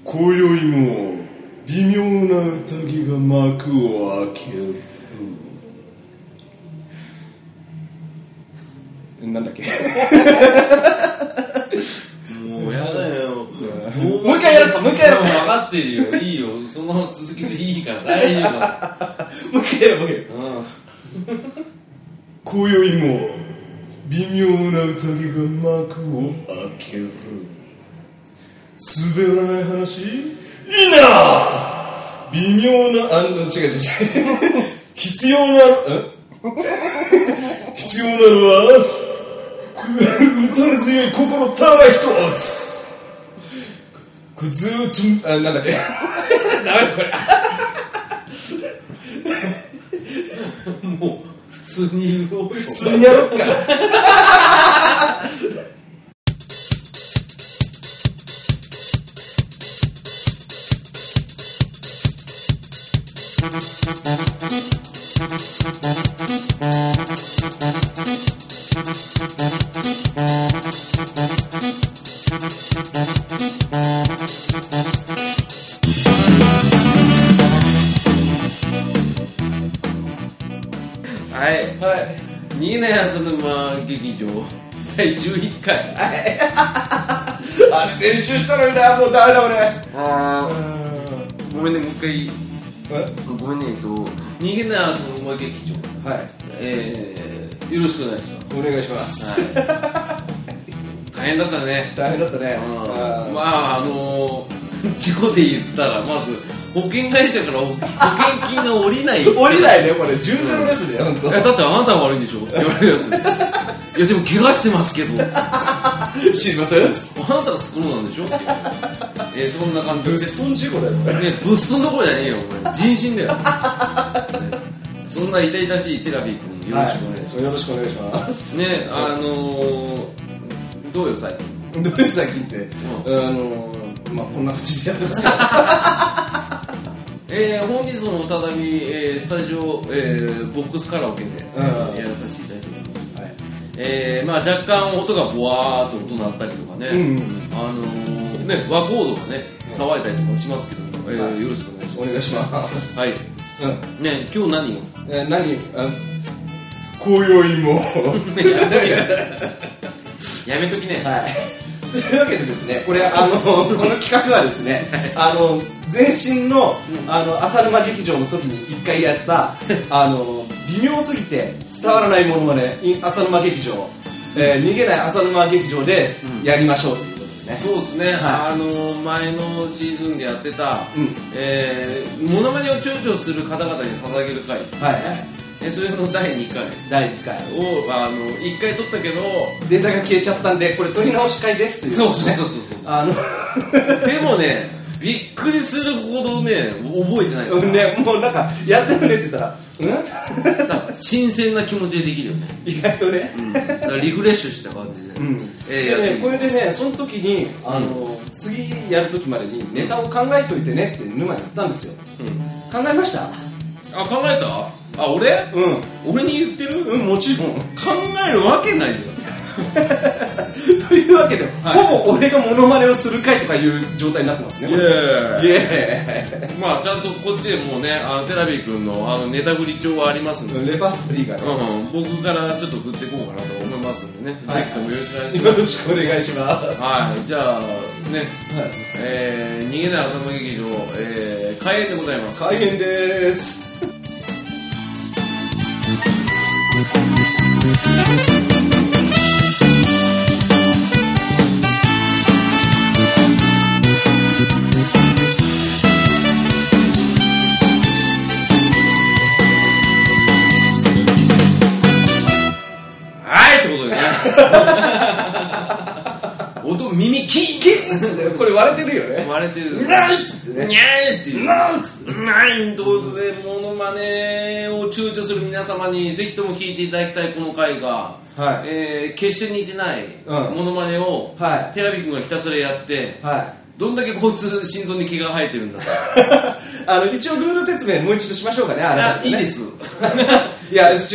今宵も微妙な宴が幕を開ける。なんだっけもうやだよ。 もう一回やろうか、もう一回やろうか。 分かってるよ、いいよ、その続きでいいから大丈夫だ。 もう一回やろう、もう一回やろう。今宵も微妙な宴が幕を開ける。滑らない話いいな。微妙な違う必要な必要なのは打たれ強い心ただ一つ。これずーっとなんだっけダメだこれもう普通に言おうよ。 普通にやろっかはい、 はい。 逃げない浅沼劇場第11回。 あれ練習したのにな、もうダメだ俺。 ごめんね、もう一回ごめんね、逃げない浅沼劇場、 はい、 よろしくお願いします。 お願いします、 はい、大変だったね。 大変だったね。 まあ事故で言ったらまず保険会社から保険金が下りない降りないね、これ10ゼロですね、本当。 だってあなたが悪いんでしょって言われるやつ。いやでも怪我してますけど知りません。 あなたがスクローなんでしょって言う。そんな感じで物損事故だよね。 物損どころじゃねえよ、これ人身だよ、ね、そんな痛々しいテラビー君よろしくお願いします、 よろしくお願いしますね。どうよ最近。 どういう最近って、まあこんな感じでやってますよ本日も再び、スタジオ、ボックスカラオケで、やらさせていただいております、はい。まあ、若干音がボワーっと音鳴ったりとかね、ね、和コードがね騒いだりとかしますけども、よろしくお願いします。 お願いしますはい、ね、今日何を今宵もやめときね。 はい、というわけでですね、これこの企画はですね前身の浅沼劇場の時に一回やった微妙すぎて伝わらないものまね浅沼劇場、逃げない浅沼劇場でやりましょうということでね。 そうですね、 はい、 前のシーズンでやってた、モノマネを長々する方々に捧げる会、 はい、 それの第2回を1回撮ったけどデータが消えちゃったんで、これ撮り直し会ですという、ね、 そうでもね、びっくりするほどね覚えてないからね、もうなんかやってくれって言ったら新鮮な気持ちでできるよね、 意外とね、 だからリフレッシュした感じで、 これでね、その時に次やる時までにネタを考えといてねって沼に言ったんですよ、考えました？ 考えた？俺？俺に言ってる？ もちろん考えるわけないじゃんというわけで、ほぼ俺がモノマネをする回とかいう状態になってますね。イエーイまあちゃんとこっちでもうね、テラビー君のネタ振り帳はありますんで、 レパートリーがね、 僕からちょっと振っていこうかなと思いますんでね、ぜひともよろしくお願いします。 よろしくお願いします。 はい、じゃあね、逃げない浅沼劇場、開演でございます。 開演です。 音耳キンこれ割れてるよね。 割れてる。 なーっつってね。 にゃーっていう。 なーっつって。 ないということで、モノマネを躊躇する皆様にぜひとも聞いていただきたいこの回が、決して似てないモノマネを、テラビ君がひたすらやって、どんだけこいつ心臓に毛が生えてるんだと一応ルール説明もう一度しましょうかね。 いいですいや違う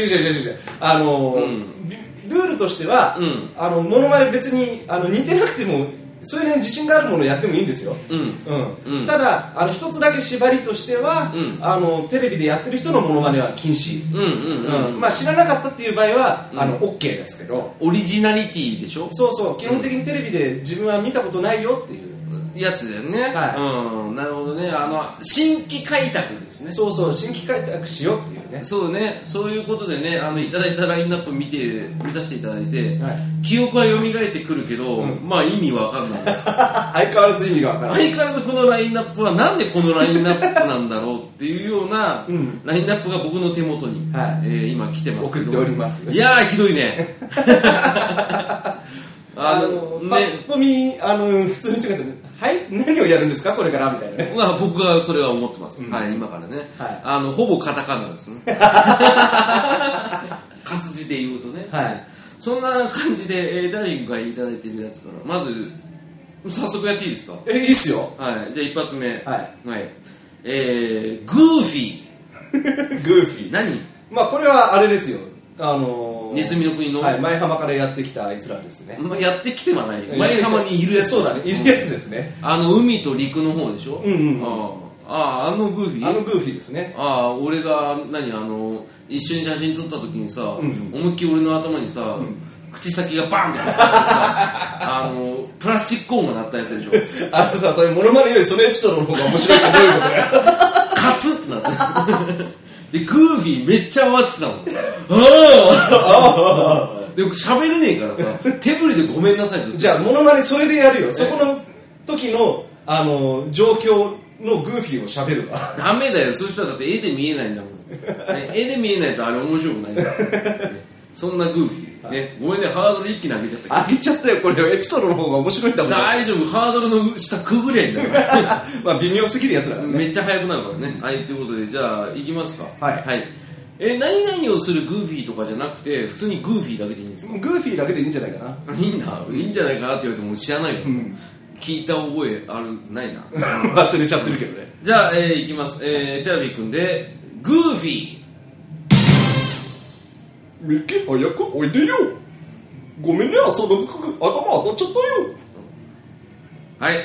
ルールとしては、モノマネ別に似てなくてもそれね自信があるものをやってもいいんですよ、ただ一つだけ縛りとしては、テレビでやってる人のモノマネは禁止、まあ知らなかったっていう場合はOK ですけど、 オリジナリティでしょ。 そうそう、基本的にテレビで自分は見たことないよっていうやつだよね、なるほどね。新規開拓ですね。 そうそう、新規開拓しようっていうね。 そうね、そういうことでね、いただいたラインナップ見させていただいて、記憶は蘇ってくるけど、まあ意味わかんない相変わらず意味がわからない。 相変わらずこのラインナップはなんでこのラインナップなんだろうっていうようなラインナップが僕の手元に、今来てますけど、 送っております。 いやーひどいねパッと見普通の人がはい何をやるんですかこれからみたいなね。 僕はそれは思ってます、今からね、ほぼカタカナですね活字で言うとね、そんな感じでダイビングがいただいてるやつからまず早速やっていいですか。 いいっすよ。 じゃあ一発目、グーフィーグーフィー何。 まあこれはあれですよ、 ネズミの国の、 前浜からやってきたあいつらですね。 やってきてはない、前浜にいるやつ。 そうだね、いるやつですね。 海と陸の方でしょ。グーフィー、 グーフィーですね。 俺が一緒に写真撮った時にさ、思いっきり俺の頭にさ、口先がバンってぶつかってさプラスチックコーンが鳴ったやつでしょ。 それモノマネよりそのエピソードの方が面白いってどういうことだよカツってなってでグーフィーめっちゃ慌ててたもんで喋れねえからさ手振りでごめんなさいずっと。 じゃあモノマネそれでやるよ。そこの時の状況のグーフィーを喋るわ。 ダメだよ、そしたらだって絵で見えないんだもん、絵で見えないとあれ面白くないから、そんなグーフィーね、ごめんね、ハードル一気に上げちゃったけど。 上げちゃったよ、これエピソードの方が面白いんだもん。 大丈夫、ハードルの下くぐりゃいいんだからまあ微妙すぎるやつだからね。 めっちゃ速くなるからね。はい、ということでじゃあいきますか。 はい、 何々をするグーフィーとかじゃなくて普通にグーフィーだけでいいんですか。 グーフィーだけでいいんじゃないかな。 いいんだ、いいんじゃないかなって言われても知らないよ、聞いた覚えないな忘れちゃってるけどね。 じゃあ、いきます。テラビー君でグーフィー。 ミキ早くおいでよ。ごめんね、その服頭当たっちゃったよ。 はい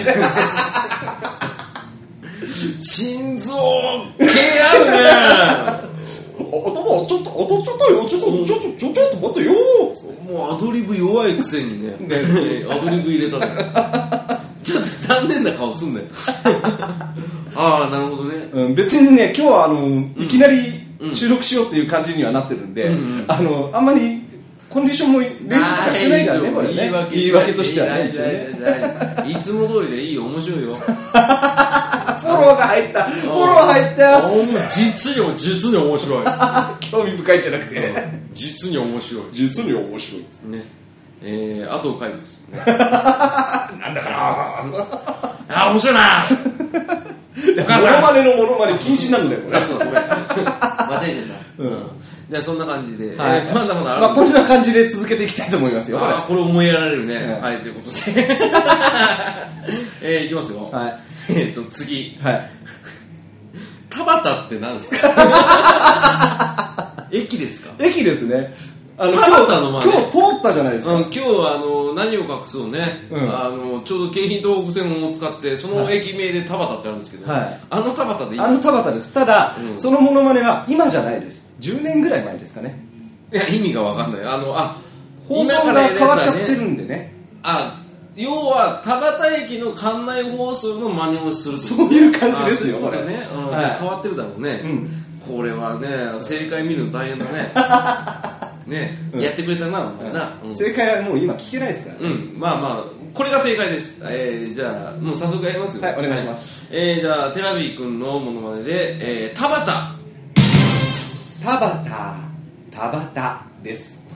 心臓系あるね頭当たっちゃったよ。ちょっと待ってよ。 もうアドリブ弱いくせにねアドリブ入れたねちょっと残念な顔すんねなるほどね、 別にね今日はいきなり収録しようっていう感じにはなってるんで、あんまりコンディションも練習とかしてないからね、これね。言い訳としてはね、 いつも通りでいいよ、面白いよ。 フォロー入った実に面白い興味深いじゃなくて実に面白いね。あと回ですなんだかな面白いなモノマネのモノマネ禁止なんだよこれ。 そうごめん間違えちゃった。じゃあそんな感じで、まだまだある。 こんな感じで続けていきたいと思いますよ。 これ思いやられるね。はい、ということでいきますよ。次、田端って何ですか。駅ですか。 駅ですね。 田端の前今日通ったじゃないですか。 今日何を隠そうね、ちょうど京浜東北線を使ってその駅名で田端ってあるんですけど、田端でいいですか。 田端です。ただ、そのモノマネは今じゃないです。10年ぐらい前ですかね。 いや意味が分かんない。 放送が変わっちゃってるんでね。 要は田端駅の館内放送の真似をする、 そういう感じですよ。 そういうことね。じゃあ変わってるだろうね。これはね、正解見るの大変だね。やってくれたなお前な。 正解はもう今聞けないですからね。 まあこれが正解です。じゃあもう早速やりますよ。 はい、お願いします。 じゃあテラビー君のモノマネで田端です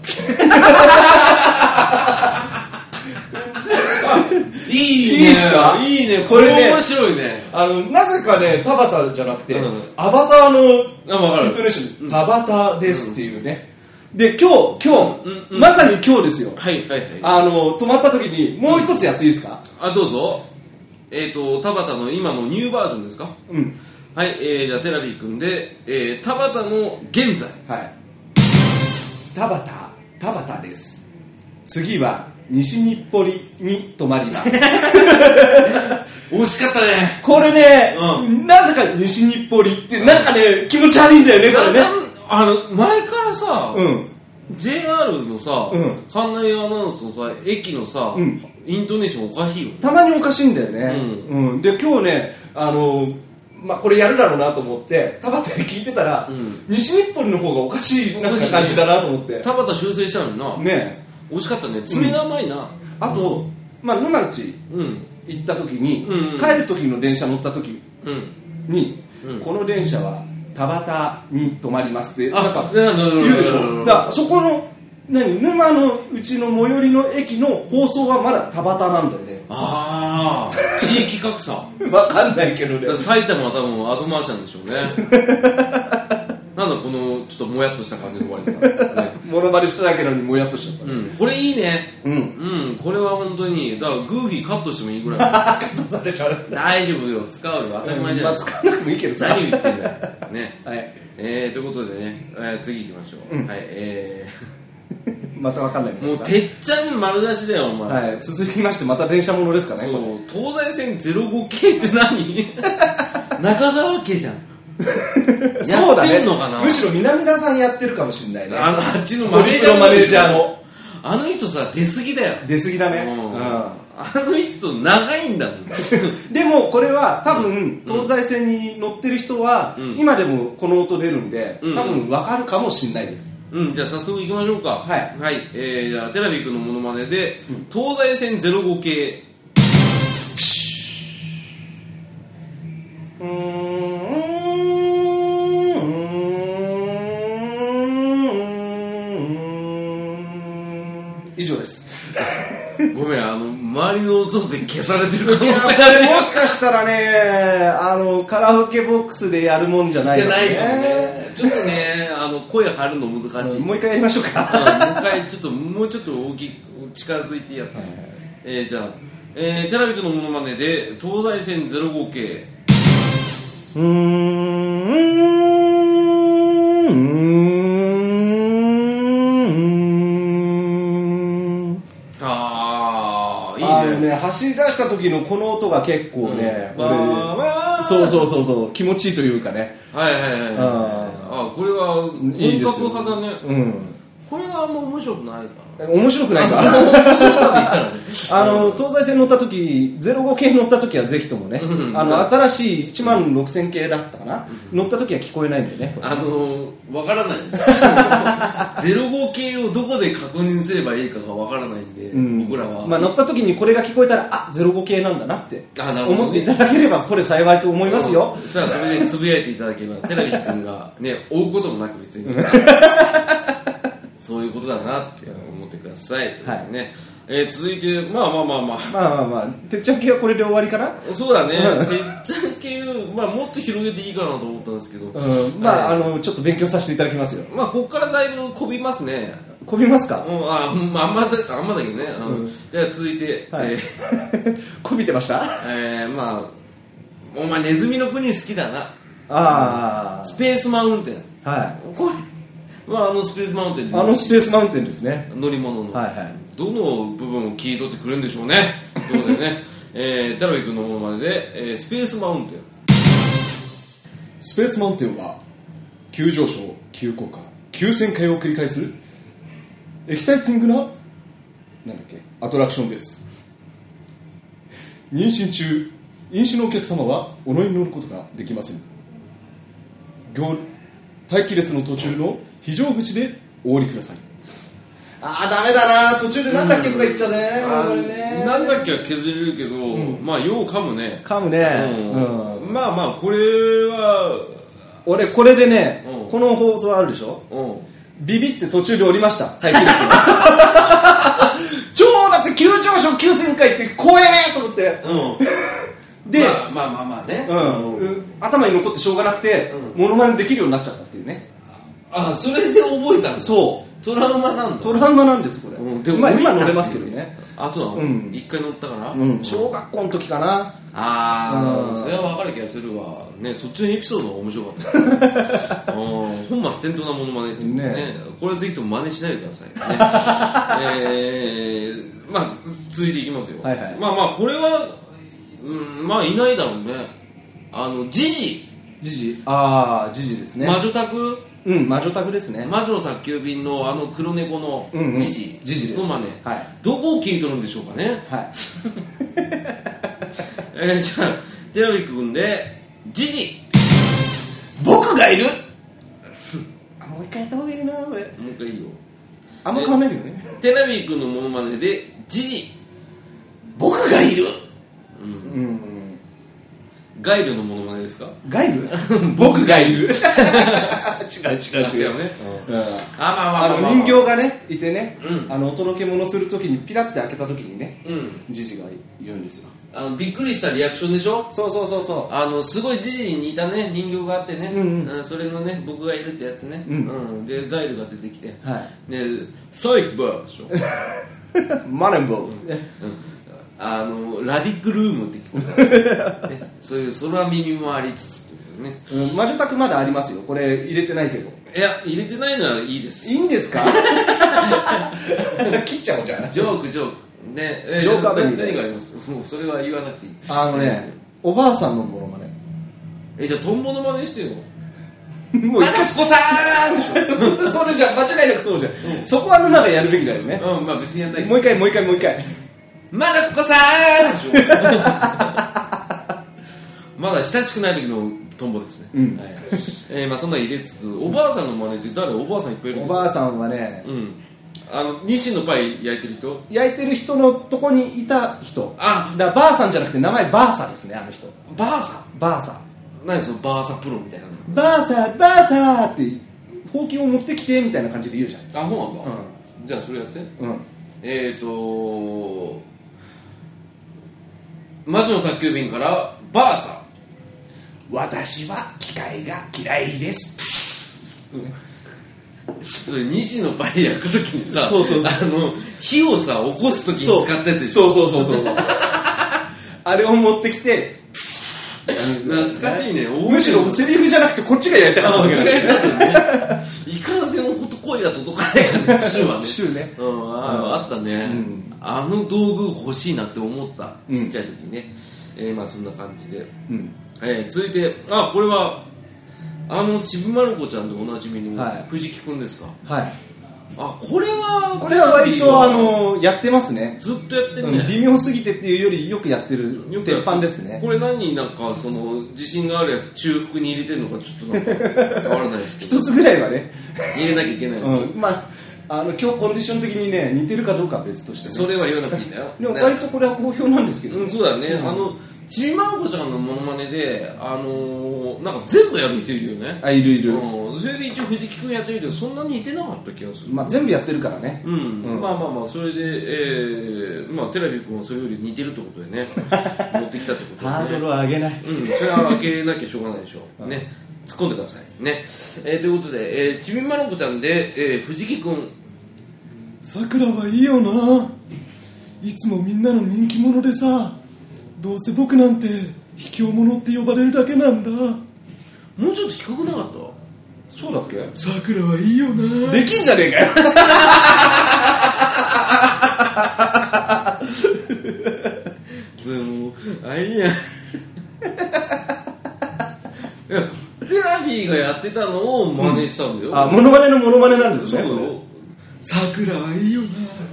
いいっすか。 いいね、これ面白いね。 なぜかね田端じゃなくてアバターのイントネーション田端ですっていうね。で今日まさに今日ですよ。止まった時にもう一つやっていいですか。 どうぞ。田端の今のニューバージョンですか。はい、じゃあテラビー君で田端の現在。 田端です。次は西日暮里に泊まります惜しかったね。 これね、なぜか西日暮里ってなんかね、気持ち悪いんだよね、これね。 前からさ、JR のさ、館内アナウンスのさ、駅のさ、イントネーションおかしいよ。 たまにおかしいんだよね。で、今日ね、これやるだろうなと思って田畑で聞いてたら、西日暮里の方がおかしいなんか感じだなと思って、 田畑修正したのにな。ね、惜しかったね。爪が甘いな。 あと、沼内行った時に、帰る時の電車乗った時に、この電車は田畑に止まりますってなんか言うでしょ。だからそこの沼のうちの最寄りの駅の放送はまだ田畑なんだよね。 ああ、地域格差わかんないけどね。 埼玉は多分後回しなんでしょうねなんだこのちょっともやっとした感じで終わりだねモノマネしただけなのにもやっとしちゃった、 これいいね。これは本当にだからグーフィーカットしてもいいぐらいカットされちゃう。 大丈夫よ、使うよ、当たり前じゃない。 使わなくてもいいけどさ。 何言ってんだよねはい、 ということでね、次行きましょう。はい、 またわかんないもうてっちゃん丸出しだよお前。 はい、続きましてまた電車ものですかね。 そう、東西線05系って何中川家じゃんそうだね。 やってんのかな。 むしろ南田さんやってるかもしれないね。 あっちのマネージャーのあの人さ、出過ぎだよ。 出過ぎだね。 あの人長いんだもんでもこれは多分東西線に乗ってる人は今でもこの音出るんで多分分かるかもしれないです。 じゃあ早速行きましょうか。 はい、 はい。じゃあテラビ君のモノマネで、東西線05系。 以上ですごめん、周りの音で消されてる可能性がある。 もしかしたらね、カラオケボックスでやるもんじゃないのね。 ちょっとね、声張るの難しい。 もう一回やりましょうか。 もうちょっと大きい、近づいてやった。じゃあ、テラビ君のモノマネで東西線05系。走り出した時のこの音が結構ね、そう気持ちいいというかね。 これは本格派だね。これはあんま面白くないかな。 面白くないか東西線乗った時、05系乗った時はぜひともね、新しい16000系だったかな、乗った時は聞こえないんでね。 わからないです05系をどこで確認すればいいかがわからないんで、僕らは乗った時にこれが聞こえたら、05系なんだなって思っていただければこれ幸いと思いますよ。 そしたらそれでつぶやいていただければテラビ君がね、追うこともなく別にそういうことだなって思ってください。はいね。続いてまあてっちゃん系はこれで終わりかな。 そうだね。てっちゃん系もっと広げていいかなと思ったんですけど、 ちょっと勉強させていただきますよ。 ここからだいぶこびますね。 こびますか。 あんまだけどね。じゃあ続いて、 こびてました。 お前ネズミの国好きだな。スペースマウンテン。これスペースマウンテン。 スペースマウンテンですね。 乗り物のどの部分を切り取ってくれるんでしょうね。ということでね、タロビ君のものまでで、スペースマウンテン。 スペースマウンテンは急上昇、急降下、急旋回を繰り返すエキサイティングなアトラクションです。妊娠中、飲酒のお客様はお乗りに乗ることができません。待機列の途中の非常口でお降りください。ダメだな、途中でなんだっけとか言っちゃうね。 なんだっけは削れるけど、よう噛むね。 噛むね。 これは俺これでね、この放送あるでしょ。ビビって途中で降りました。待機列超だって急上昇急旋回って怖えと思って。で、頭に残ってしょうがなくて、モノマネできるようになっちゃったっていうね。 それで覚えたんだ。 そうトラウマなんだ。 トラウマなんですこれ、 でもまあ今乗れますけどね。 あ、そうなの。一回乗ったから。 小学校の時かな。 それは分かる気がするわね。そっちのエピソードが面白かった本末転倒なものまねってね。これはぜひとも真似しないでくださいね。まあ続いていきますよ。まあまあこれはまあいないだろうね。ジジですね。 魔女宅。 魔女宅ですね。 魔女の宅急便の黒猫のジジの真似。どこを切り取るんでしょうかね。じゃあテラビック君でジジ僕がいる。 もう一回やった方がいいなこれ。 もう一回いいよ。 あんま変わんないけどね。 テラビックのモノマネでジジ僕がいる。ガイルのモノマネですか。 ガイル僕がいる。違うね。人形がねいてね、お届け物するときにピラッて開けたときにね、ジジが言うんですよ。 びっくりしたリアクションでしょ。 そうすごいジジに似たね人形があってね、それのね僕がいるってやつね、でガイルが出てきて、ねサイクバーでしょ。 マネンボー。 ラディックルームって聞こえた、ね、そういう空耳もありつつってね。 魔女宅まだありますよ。これ入れてないけど。 いや入れてないのはいいです。 いいんですか。切っちゃおうじゃん。 ジョークね。 ジョークアベニュー。 何があります。もうそれは言わなくていい。 おばあさんのモノマネ。 じゃあトンボの真似してよ。 もう一回子さーん。 それじゃ間違いなくそうじゃん。そこは沼がやるべきだよね。 まあ別にやんないけど。もう一回。 まだっこさーんでしょ。まだ親しくない時のトンボですね。まあそんな入れつつ、おばあさんの真似って誰？おばあさんいっぱいいる。 おばあさんはね、 日清のパイ焼いてる人？ 焼いてる人のとこにいた人。だからばあさんじゃなくて名前バーサですね、あの人。 バーサ？何そのバーサプロみたいなの。 バーサってほうきを持ってきてみたいな感じで言うじゃん。 そうなんだ。じゃあそれやって。魔女の宅急便からバーサ。 私は機械が嫌いです。 それ2時のパイ焼くときにさ、火をさ起こすときに使ってて。 そうあれを持ってきて懐かしいね。 むしろセリフじゃなくてこっちがやりたかったわけだね。 いかんせん声が届かないからね。 週ね。 あったね。あの道具欲しいなって思った。ちっちゃい時にね。まあそんな感じで。続いて、これはちびまる子ちゃんでおなじみの藤木くんですか。これは割とやってますね。 ずっとやってるね。 微妙すぎてっていうよりよくやってる鉄板ですね。 これなんか自信があるやつ中腹に入れてるのかちょっとなんか変わらないですけど。 一つぐらいはね入れなきゃいけない。 まあ今日コンディション的にね似てるかどうかは別としてね。 それは言わなくていいんだよ。 でも割とこれは好評なんですけど。 そうだね。ちびまる子ちゃんのモノマネでなんか全部やる人いるよね。 いる。 それで一応藤木くんやってるけどそんなに似てなかった気がする。 全部やってるからね。 まあそれでテラビ君はそれより似てるってことでね持ってきたってことでね。 ハードルを上げない。 それは上げなきゃしょうがないでしょ。ね。突っ込んでくださいね。ということでちびまる子ちゃんで藤木くん。 さくらはいいよな。いつもみんなの人気者でさ。どうせ僕なんて卑怯者って呼ばれるだけなんだ。 もうちょっと低くなかった？ そうだっけ？ さくらはいいよな。 できんじゃねえかよ。 あれやテラフィーがやってたのを真似したんだよ。 モノマネのモノマネなんですね。 そうよ。 さくらはいいよな。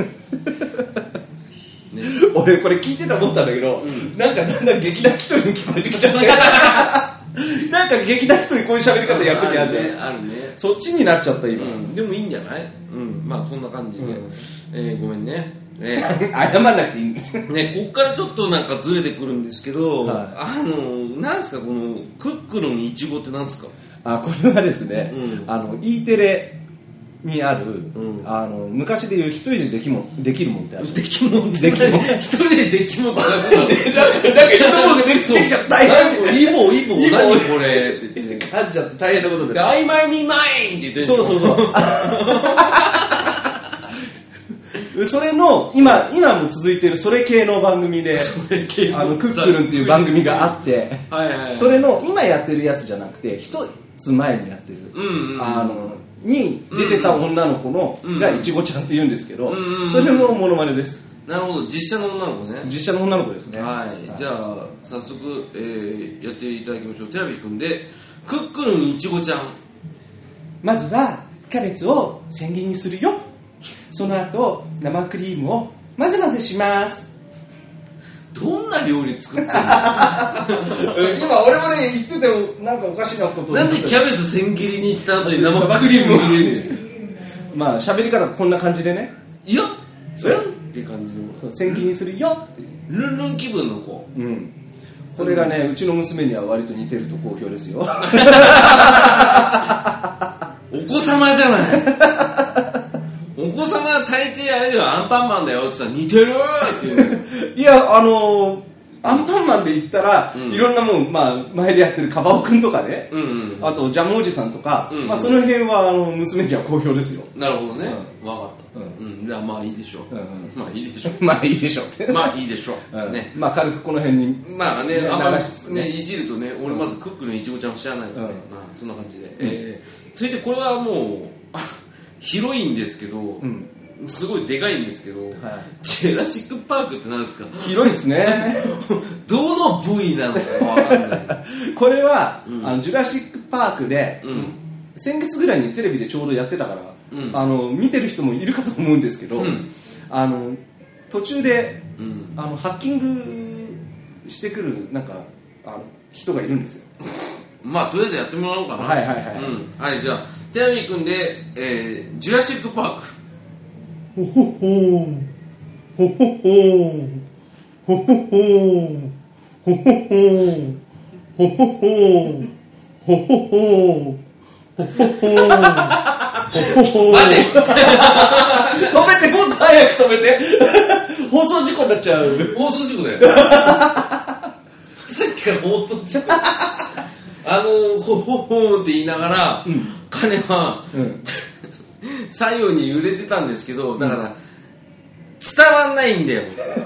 俺これ聞いてて思ったんだけど、なんかだんだん劇団一人に聞こえてきちゃってなんか劇団一人こういう喋り方やるときあるじゃん。 あるね。 そっちになっちゃった今。 でもいいんじゃない？まあそんな感じで、ごめんね。 謝んなくていいんですね。こっからちょっとなんかずれてくるんですけど、なんすかこのクックルンいちごってなんすか？ これはですね、E テレにある、昔でいう一人でできるもんってある。 できもんって一人でできもんってなんかいろんなものが出てきちゃった。大変。 イボ何これって言って噛んじゃって大変なことです。 曖昧にマインって言ってる。 そうそれの今も続いてるそれ系の番組でクックルンっていう番組があってそれの今やってるやつじゃなくて一つ前にやってるに出てた女の子のがいちごちゃんって言うんですけどそれのモノマネです。 なるほど、実写の女の子ね。 実写の女の子ですね。 はい、じゃあ早速、やっていただきましょう。テラビくんでクックルンいちごちゃん。 まずはキャベツを千切りにするよ。その後生クリームを混ぜ混ぜします。 どんな料理作ってんの今俺もね言っててもなんかおかしなことなんでキャベツ千切りにした後に生クリームを入れるまあ喋り方こんな感じでね、 いやそれって感じのそう千切りにするよってルンルン気分の子。 これがねうちの娘には割と似てると好評ですよ。 お子様じゃないお子様は大抵あれではアンパンマンだよってさ似てるっていういやアンパンマンで言ったら、いろんなもん、まあ、前でやってるカバオくんとかね、あとジャムおじさんとか、まあ、その辺は娘には好評ですよ。 なるほどね、分かった、じゃあまあいいでしょう、まあいいでしょうまあいいでしょうってまあいいでしょう、ね、 まあ軽くこの辺にまあねあんまりねいじるとね俺まずクックのいちごちゃんを知らないので、まあそんな感じで、それでこれはもう広いんですけど、すごいでかいんですけど、ジェラシックパークって何ですか？ 広いっすねどの部位なのか分かんないこれは、ジュラシックパークで、先月ぐらいにテレビでちょうどやってたから、見てる人もいるかと思うんですけど、途中で、ハッキングしてくるなんか人がいるんですよまあとりあえずやってもらおうかな。 はい、 じゃあテラビ君で、ジュラシックパーク。 ほほほーほほほーほほほーほほほーほほほーほほほーほほほー待て止めて、もっと早く止めて放送事故になっちゃう。 放送事故だよさっきから放送事故ほほほーって言いながら、彼は、左右に揺れてたんですけど、だから伝わんないんだよ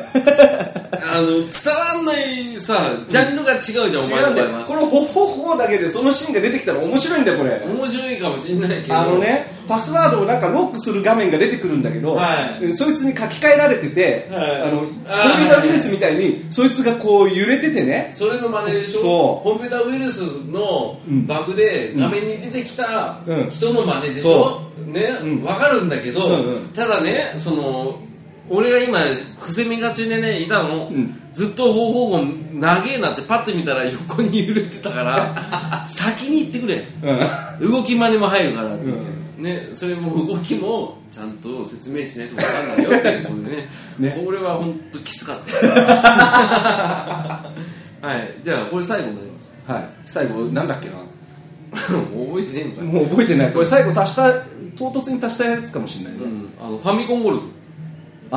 伝わんないさ、ジャンルが違うじゃん、お前の場合は。 これほほほだけでそのシーンが出てきたら面白いんだよこれ。 面白いかもしれないけどパスワードをなんかロックする画面が出てくるんだけど、そいつに書き換えられてて、コンピューターウイルスみたいにそいつがこう揺れててね、 それの真似でしょ。コンピューターウイルスのバグで画面に出てきた人の真似でしょ、ね、わかるんだけど、ただね、その俺が今伏せみがちでねいたの、ずっと方法を長えなってパッて見たら横に揺れてたから先に行ってくれ、動き真似も入るからって言って、ね、それも動きもちゃんと説明しないと分かんないよっていうことでねこれは本当きつかったですはい、じゃあこれ最後になります。 はい、最後なんだっけな覚えてねえのか。 もう覚えてない。これ最後唐突に足したやつかもしれないね、 ファミコンゴルフ。 フ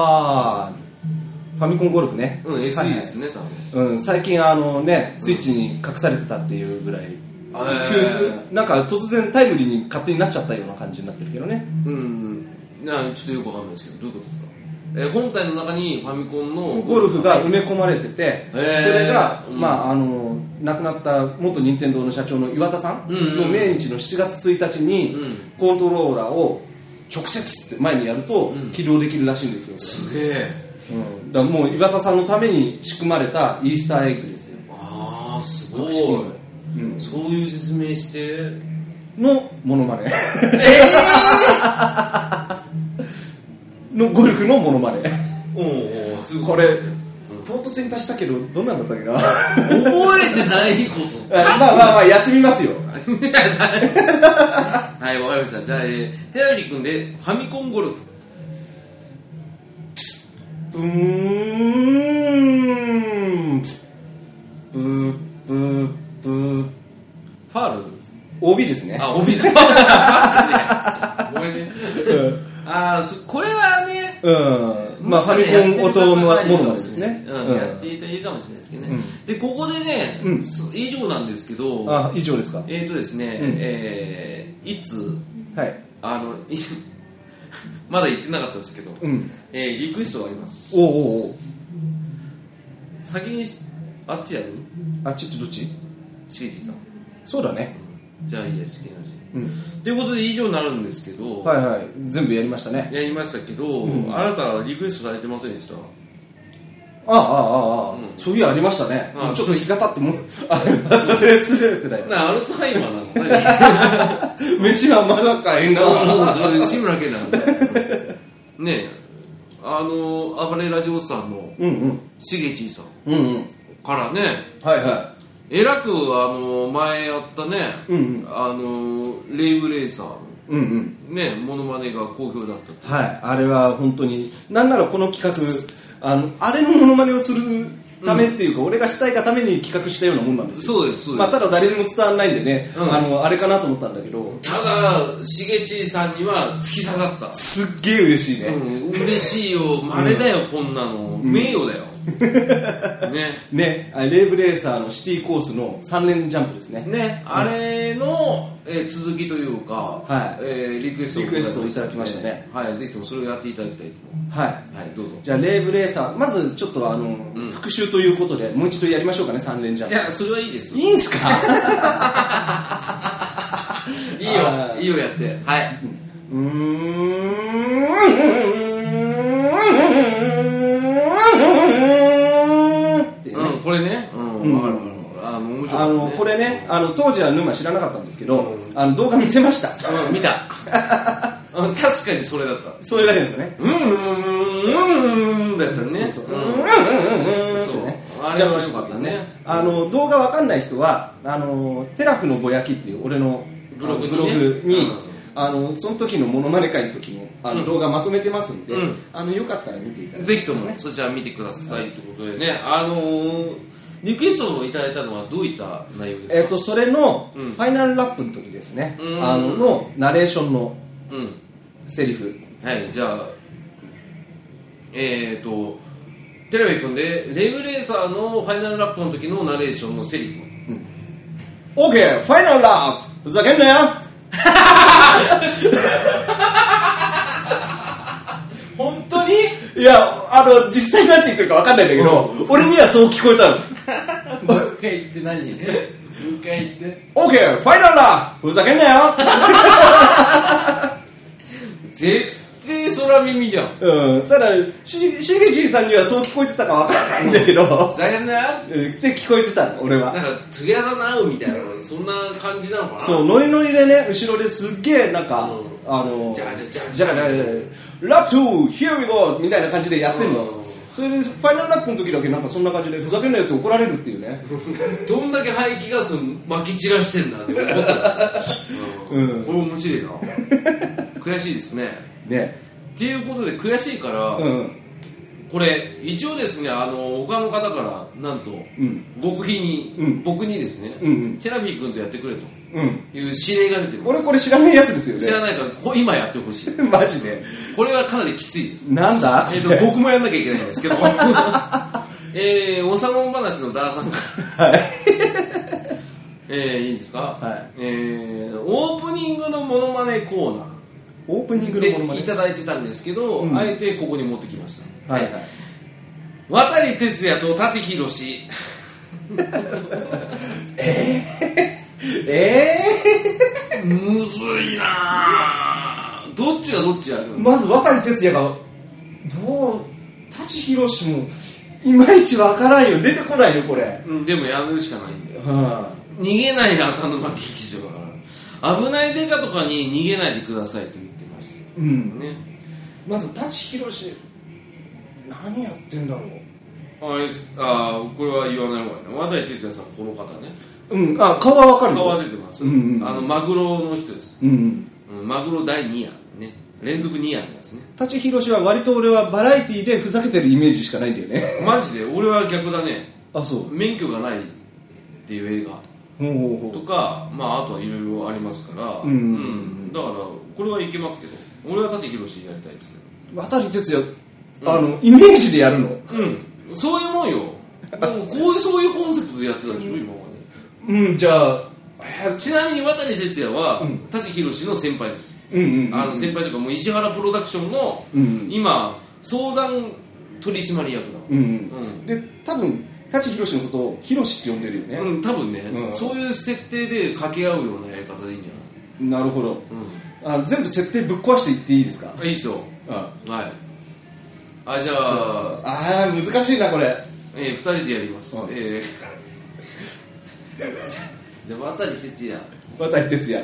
ァミコンゴルフね。 SE ですね、 多分。最近スイッチに隠されてたっていうぐらい、なんか突然タイムリーに勝手になっちゃったような感じになってるけどね。 ちょっとよくわかんないですけど、どういうことですか？本体の中にファミコンのゴルフが埋め込まれてて、それが、亡くなった元任天堂の社長の岩田さんの命日の7月1日にコントローラーを直接って前にやると起動できるらしいんですよ。 すげえ。 だからもう岩田さんのために仕組まれたイースターエッグですよ。 ああ、すごい。そういう説明してのモノマネのゴルフのモノマネ。これ唐突に足したけどどんなんだったっけな覚えてないことまあやってみますよはい、わかりました。じゃあ、テラビ君でファミコンゴルフ。 ブーファール OB ですね。 OB だごめんねこれはね、 ファミコン音モノマネですね。 やっていたらいいかもしれないですけどね。でここでね、以上なんですけど。 以上ですか。 ですね、いつまだ言ってなかったですけど、リクエストがあります。 おう先にあっちやる？ あっちってどっち？ しげじさん。 そうだね。 じゃあいいや、しげなし。ということで以上になるんですけど、 全部やりましたね。 やりましたけど、あなたリクエストされてませんでした？ そういうありましたね。ちょっと日が経っても忘れてない。 アルツハイマーなの？ 飯はまだかいな。 志村けんなんだ。ねえ、暴れラジオさんのしげちーさんからね、えらく前やったね、レイブレーサーのねモノマネが好評だった。 あれは本当に、なんならこの企画あれのモノマネをするためっていうか、俺がしたいがために企画したようなもんなんですよ。 そうです。 ただ誰にも伝わらないんでね、あれかなと思ったんだけど、 ただしげちーさんには突き刺さった。 すっげえ嬉しいね。 嬉しいよ。稀だよ、こんなの。名誉だよ。 ね、レイブレーサーのシティコースの3連ジャンプですね。 あれの続きというか、リクエストをいただきましたね。ぜひともそれをやっていただきたいと思います。どうぞ。じゃあレイブレーサー、まずちょっと復習ということでもう一度やりましょうかね、3連ジャンプ。いや、それはいいです。 いいんすか？ いいよ、やって。これね、面白い。 これね、当時は沼知らなかったんですけど、動画見せました。 見た。確かにそれだった。 それだけですよね。 だったね。そう。あれは面白かったね。 動画わかんない人はテラフのぼやきっていう俺のブログにその時のモノマネ会の時の動画まとめてますんで、よかったら見ていただいて、 ぜひともそちら見てくださいということでね、リクエストをいただいたのはどういった内容ですか？ それのファイナルラップの時ですね、のナレーションのセリフ。 じゃあテレビ君でレイブレーサーのファイナルラップの時のナレーションのセリフ。 OK、ファイナルラップ、ふざけんなよ。 本当に？ いや、実際なんて言ってるか分かんないんだけど、俺にはそう聞こえたの。 もう一回言って何？もう一回言って。 OK、ファイナルラップ、ふざけんなよ。 絶対空耳じゃん。 ただしげじいさんにはそう聞こえてたか分かんないんだけど、 ふざけんなよって聞こえてたの、俺は。 なんかトゥギャザーナウみたいな、そんな感じなのかな。 そう、ノリノリでね、後ろですっげえなんかじゃラップトゥーヒアウィゴーみたいな感じでやってんの。それでファイナルラップの時だけなんかそんな感じでふざけんなよって怒られるっていうね。 どんだけ排気ガス撒き散らしてんだって思った。これ面白いな。悔しいですね。っていうことで悔しいから、これ一応ですね、他の方からなんと極秘に、僕にですね、テラフィー君とやってくれという指令が出てます。 俺これ知らないやつですよね。 知らないから今やってほしい。 マジでこれはかなりきついです。 なんだ？ 僕もやんなきゃいけないんですけどおさもん話のダーさんからいいですか？オープニングのモノマネコーナー、 オープニングのモノマネいただいてたんですけど、あえてここに持ってきました。渡哲也と舘ひろし。むずいな。どっちがどっちやる？ まず渡哲也が舘ひろしもいまいちわからんよ、出てこないよこれ。 でもやるしかないんだよ。逃げない浅沼劇場だから、危ないデカとかに逃げないでくださいと言ってました。 まず舘ひろし何やってんだろう。 これは言わない方がいいな。渡哲也さん、この方ね。 顔はわかる。 顔は出てます。マグロの人です。マグロ第2夜ね、連続2夜のやつね。 舘ひろしは割と俺はバラエティでふざけてるイメージしかないんだよね。 マジで俺は逆だね。 そう。 免許がないっていう映画とか、あとはいろいろありますから、だからこれはいけますけど、俺は舘ひろしやりたいですけど。 渡哲也イメージでやるの？ そういうもんよ。そういうコンセプトでやってたでしょ今まで。 じゃあちなみに渡哲也は舘ひろしの先輩です。 先輩というかもう石原プロダクションの、今相談取締役だ、 で多分舘ひろしのことをひろしって呼んでるよね。 多分ね、そういう設定で掛け合うようなやり方でいいんじゃない。 なるほど、全部設定ぶっ壊していっていいですか。 いいですよ。はい。じゃあ難しいなこれ。 2人でやります。じゃあ渡哲也と舘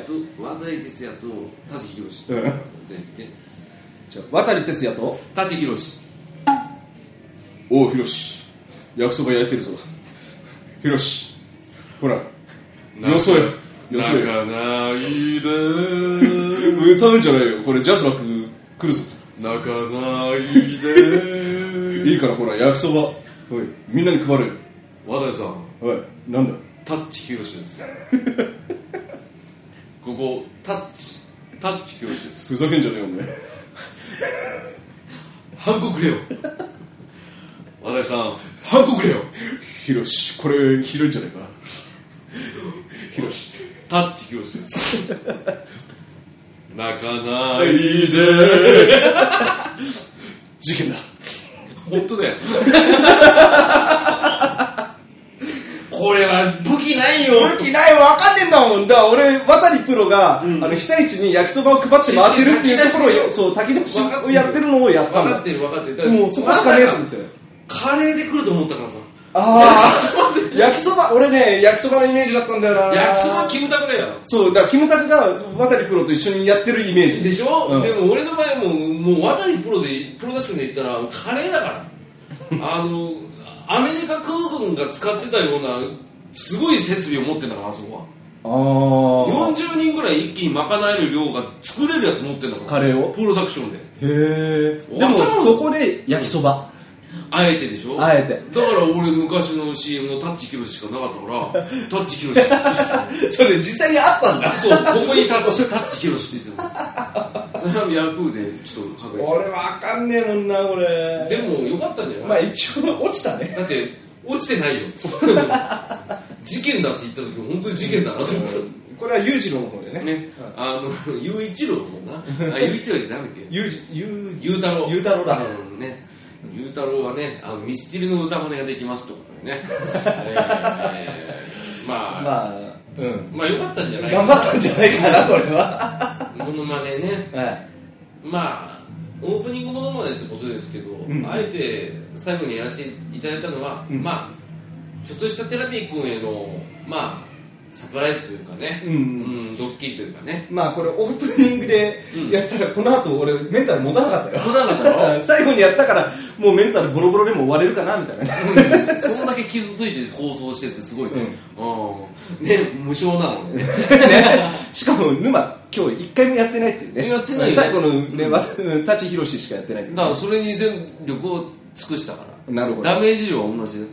ひろしでじゃあ渡哲也と舘ひろし。 おうひろし、焼きそば焼いてるぞ。ひろし、ほらよそよ泣かないで歌うんじゃないよ、これジャスラック来るぞ。 泣かないでいいからほら焼きそば、おいみんなに配るよ。 渡さん、 おいなんだ。 舘ひろしですここ舘ひろしです。 ふざけんじゃねえよお前ハンコくれよ渡さん、ハンコくれよ。 ひろし、これ広いんじゃないか。ひろし、 舘ひろしです泣かないで事件だ。 本当だよこれは武器ないよ。 武器ないよ、分かんねえんだもん。だから俺渡プロが、被災地に焼きそばを配って回ってるっていうところを、そう炊き出しをやってるのをやったんだ。 分かってるもうそこしかねえと思って。 カレーで来ると思ったからさ。 焼きそば、俺ね焼きそばのイメージだったんだよな。 焼きそばキムタクだよ。 そうだからキムタクが渡プロと一緒にやってるイメージでしょ、でも俺の場合もう渡プロでプロダクションで言ったらカレーだからアメリカ空軍が使ってたようなすごい設備を持ってんだから、あそこは。40人ぐらい一気に賄える量が作れるやつ持ってんだから、 カレーをプロダクションで。 へえ。でもそこで焼きそばあえてでしょ。 あえて。 だから俺昔の CM のタッチヒロシしかなかったからタッチヒロシそれ実際にあったんだ。 そう、ここにタッチヒロシって言ってたそれはヤフーでちょっと確認して。 俺わかんねえもんなこれ。 でもよかったんじゃない。 まあ一応落ちたね。 だって落ちてないよ事件だって言った時本当に事件だなと思ったこれは裕次郎の方でね。 裕一郎の方な。裕一郎って何だっけ。裕太郎。 裕太郎だね。裕太郎はね、ミスチルの歌真似ができますってことでねまあよかったんじゃないかな。 頑張ったんじゃないかなこれは。 モノマネね、まあオープニングモノマネってことですけど、あえて最後にやらせていただいたのは、まあちょっとしたテラピー君へのまあサプライズというかね、ドッキリというかね。 まあこれオープニングでやったらこの後俺メンタル持たなかったよ。 持たなかったの最後にやったからもうメンタルボロボロでも終われるかなみたいなねそんだけ傷ついて放送してってすごいね、ね、無償なのねしかも沼今日1回もやってないっていうね。 やってないよね。 最後のね舘ひろししかやってないっていう。 だからそれに全力を尽くしたから。 なるほど。 ダメージ量は同じ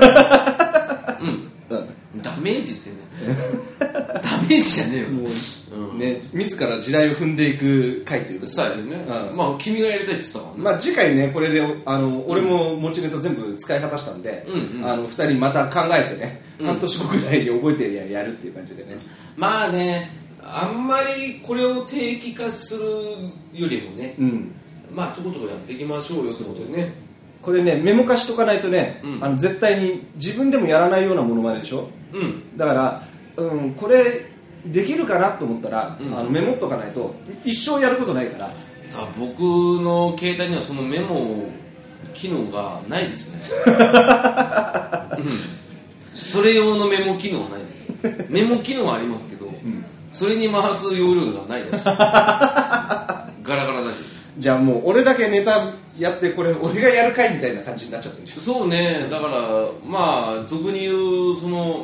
ダメージってねダメージじゃねえよもう、 ね、自ら地雷を踏んでいく回というスタイルね。まあ君がやりたいって言ってたからね。 まあ次回ねこれで俺も持ちネタ全部使い果たしたんで、2人また考えてね、半年後ぐらいに覚えてやるっていう感じでね。 まあね、あんまりこれを定期化するよりもね、まあちょこちょこやっていきましょうよってことでね。 これねメモ化しとかないとね、絶対に自分でもやらないようなものまででしょ、だから、これできるかなと思ったら、メモっとかないと一生やることないから。 僕の携帯にはそのメモ機能がないですねそれ用のメモ機能はないです。メモ機能はありますけど、それに回す容量がないですガラガラだけ。 じゃあもう俺だけネタやってこれ俺がやるかいみたいな感じになっちゃってるでしょ。 そうね。だからまあ俗に言うその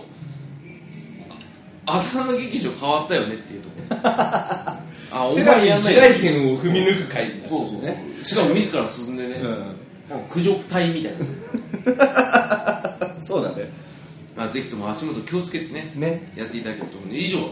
浅野劇場変わったよねっていうところお前やんない地雷原を踏み抜く回になっちゃうね。 しかも自ら進んでね、駆除隊みたいなそうだね。 まあぜひとも足元気をつけてねやっていただけると思うので。以上、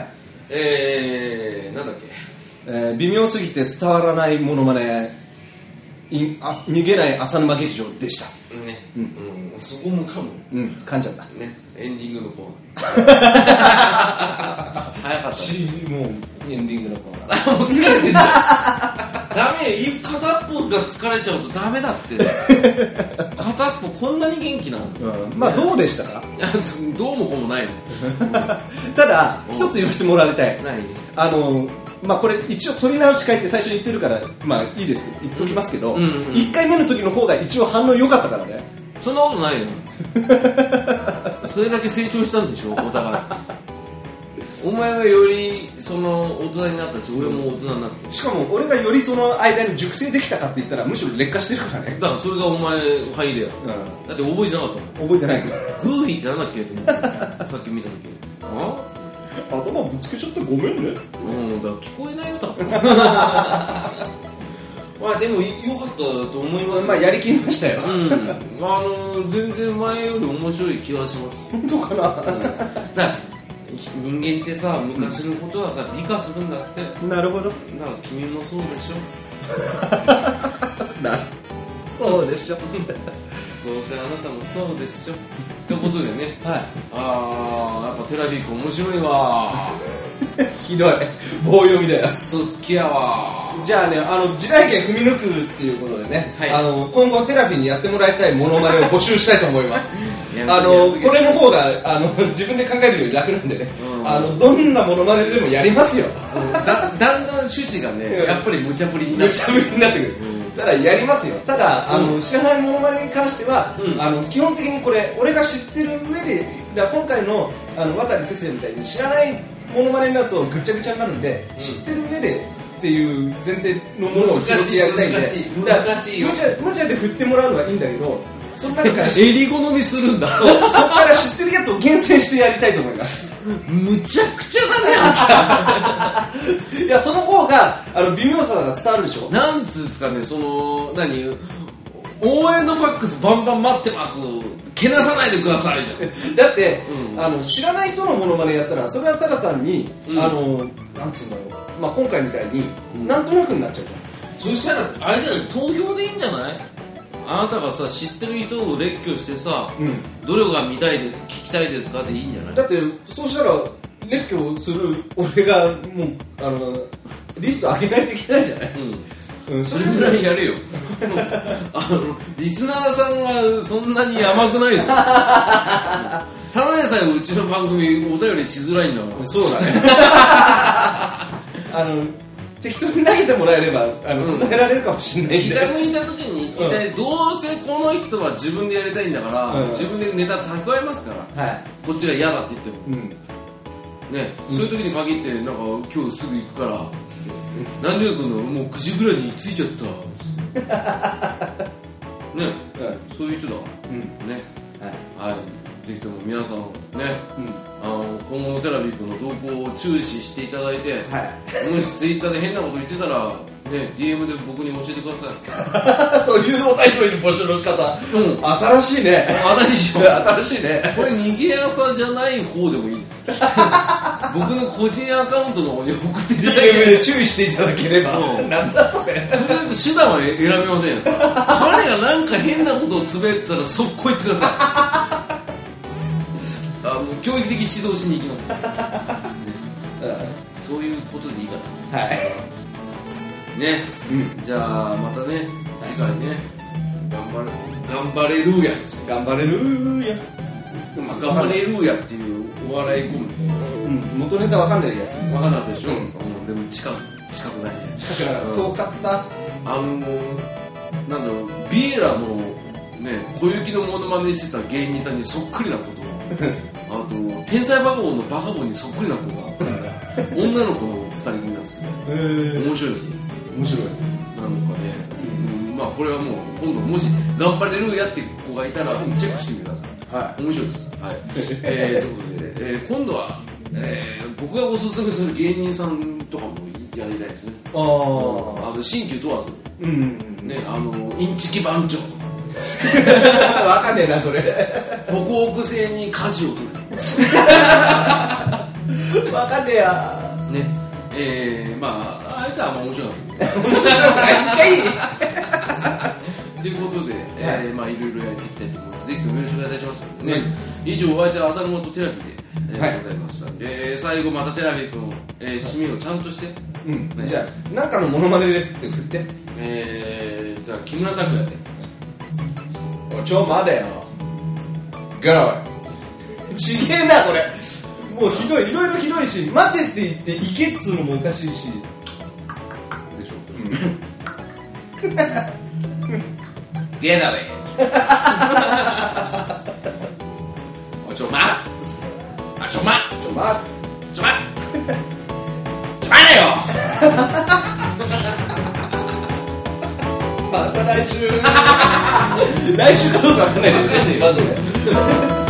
なんだっけ、 微妙すぎて伝わらないものまね逃げない浅沼劇場でしたね。そこもかも噛んじゃったね。エンディングのコーナー早かったもうエンディングのコーナー。 もう疲れてんじゃんダメよ、片っぽが疲れちゃうとダメだって片っぽこんなに元気なの、 まあどうでしたか？ どうもこうもないのただ一つ言わせてもらいたい。 何？ まあこれ一応取り直し会って最初に言ってるからまあいいですけど言っときますけど、1回目の時の方が一応反応良かったからね。 そんなことないよそれだけ成長したんでしょお互いお前はよりその大人になったし俺も大人になって、 しかも俺がよりその間に熟成できたかって言ったらむしろ劣化してるからね。 だからそれがお前範囲だよ、だって覚えてなかったもん。 覚えてないからグーフィーってなんだっけと思ってさっき見た時頭ぶつけちゃってごめんねっつって、 だから聞こえないよ多分まあでも良かったと思います。 まあやりきりましたよ。 全然前より面白い気がします。 本当かな。 さ人間ってさ昔のことはさ美化するんだって。 なるほど。 だから君もそうでしょそうでしょどうせあなたもそうでしょってことでね、 はい、 やっぱテラビーク面白いわひどい棒読みだよ。 好きやわ。 じゃあね、時代劇踏み抜くっていうことでね、今後テラフィにやってもらいたいモノマネを募集したいと思いますこれの方が自分で考えるより楽なんでね、どんなモノマネでもやりますよだんだん趣旨がねやっぱり無茶ぶりになってくる、 ただやりますよ。ただ知らないモノマネに関しては、基本的にこれ俺が知ってる上で今回の渡哲也みたいに知らないモノマネになるとぐちゃぐちゃになるんで、知ってる上でっていう前提のものを拾ってやりたいんで、 難しいよ。 無茶で振ってもらうのはいいんだけど、その中から襟好みするんだ。 そこから知ってるやつを厳選してやりたいと思いますむちゃくちゃだねあんたいやその方が微妙さが伝わるでしょ。 なんつうんすかね、その応援のファックスバンバン待ってますけなさないでくださいじゃんだって、知らない人のモノマネやったらそれはただ単に、なんつうんだろう、まあ、今回みたいに、なんとなくになっちゃうじゃん。 そしたらあれじゃない、投票でいいんじゃない？あなたがさ知ってる人を列挙してさ、どれが見たいです聞きたいですかっていいんじゃない？ だってそうしたら列挙する俺がもうリスト上げないといけないじゃない。 それぐらいやれよリスナーさんはそんなに甘くないですよただでさえうちの番組お便りしづらいんだから。 そうだね適当に投げてもらえれば答えられるかもしれないんで、 気が向いた時にどうせこの人は自分でやりたいんだから、自分でネタ蓄えますから、こっちが嫌だって言っても、ね、そういう時に限ってなんか今日すぐ行くからつって何で君のもう9時ぐらいに着いちゃったね、そういう人だからね、ぜひとも皆さんね、今後のテラビー君の動向を注視していただいて、もしツイッターで変なこと言ってたらね、DM で僕に教えてくださいそういうお便りの募集の仕方、新しいね。新しいね。 これ逃げ朝じゃない方でもいいです僕の個人アカウントの方に送っていただけ DM で注意していただければ、なんだそれ。 とりあえず手段は選べませんよ彼がなんか変なことをつぶやいてたら速攻言ってくださいもう教育的指導しに行きます、そういうことでいいかな。ね、じゃあまたね次回ね頑張れるーやですよ。 頑張れるーや、 頑張れるーやっていうお笑いコンビ、 元ネタわかんないやつ分かんなかったでしょ、でも近くないね。 近く遠かった。 なんだろう、ビエラのね小雪のモノマネしてた芸人さんにそっくりなことあと天才バカボンのバカボンにそっくりな子が女の子の2人組なんですけど、面白いですよ。 面白いなんかね、まあこれはもう今度もし頑張れるやって子がいたらチェックしてみてください。面白いです。ということで、今度は、僕がおすすめする芸人さんとかもやりたいですね。新旧問わず、ね、インチキ番長わかんねえなそれ。 ホクホク性に舵を取るわかんねえやね。まああいつはあんま面白くないということで、まあいろいろやっていきたいと思います。ぜひともよろしくお願いいたしますね。以上お相手は浅沼とテラビでございました。最後またテラビ君、締めをちゃんとして。 じゃあなんかのモノマネで振って。 じゃあ木村拓哉で。 ちょ待てよ。ガラちげえなこれ。もうひどい、いろいろひどいし、待てって言って行けっつうのもおかしいし。 でしょ。ゲーだべ。ちょ待れよ。 また来週。来週かどうかわかんないけどね。まずね。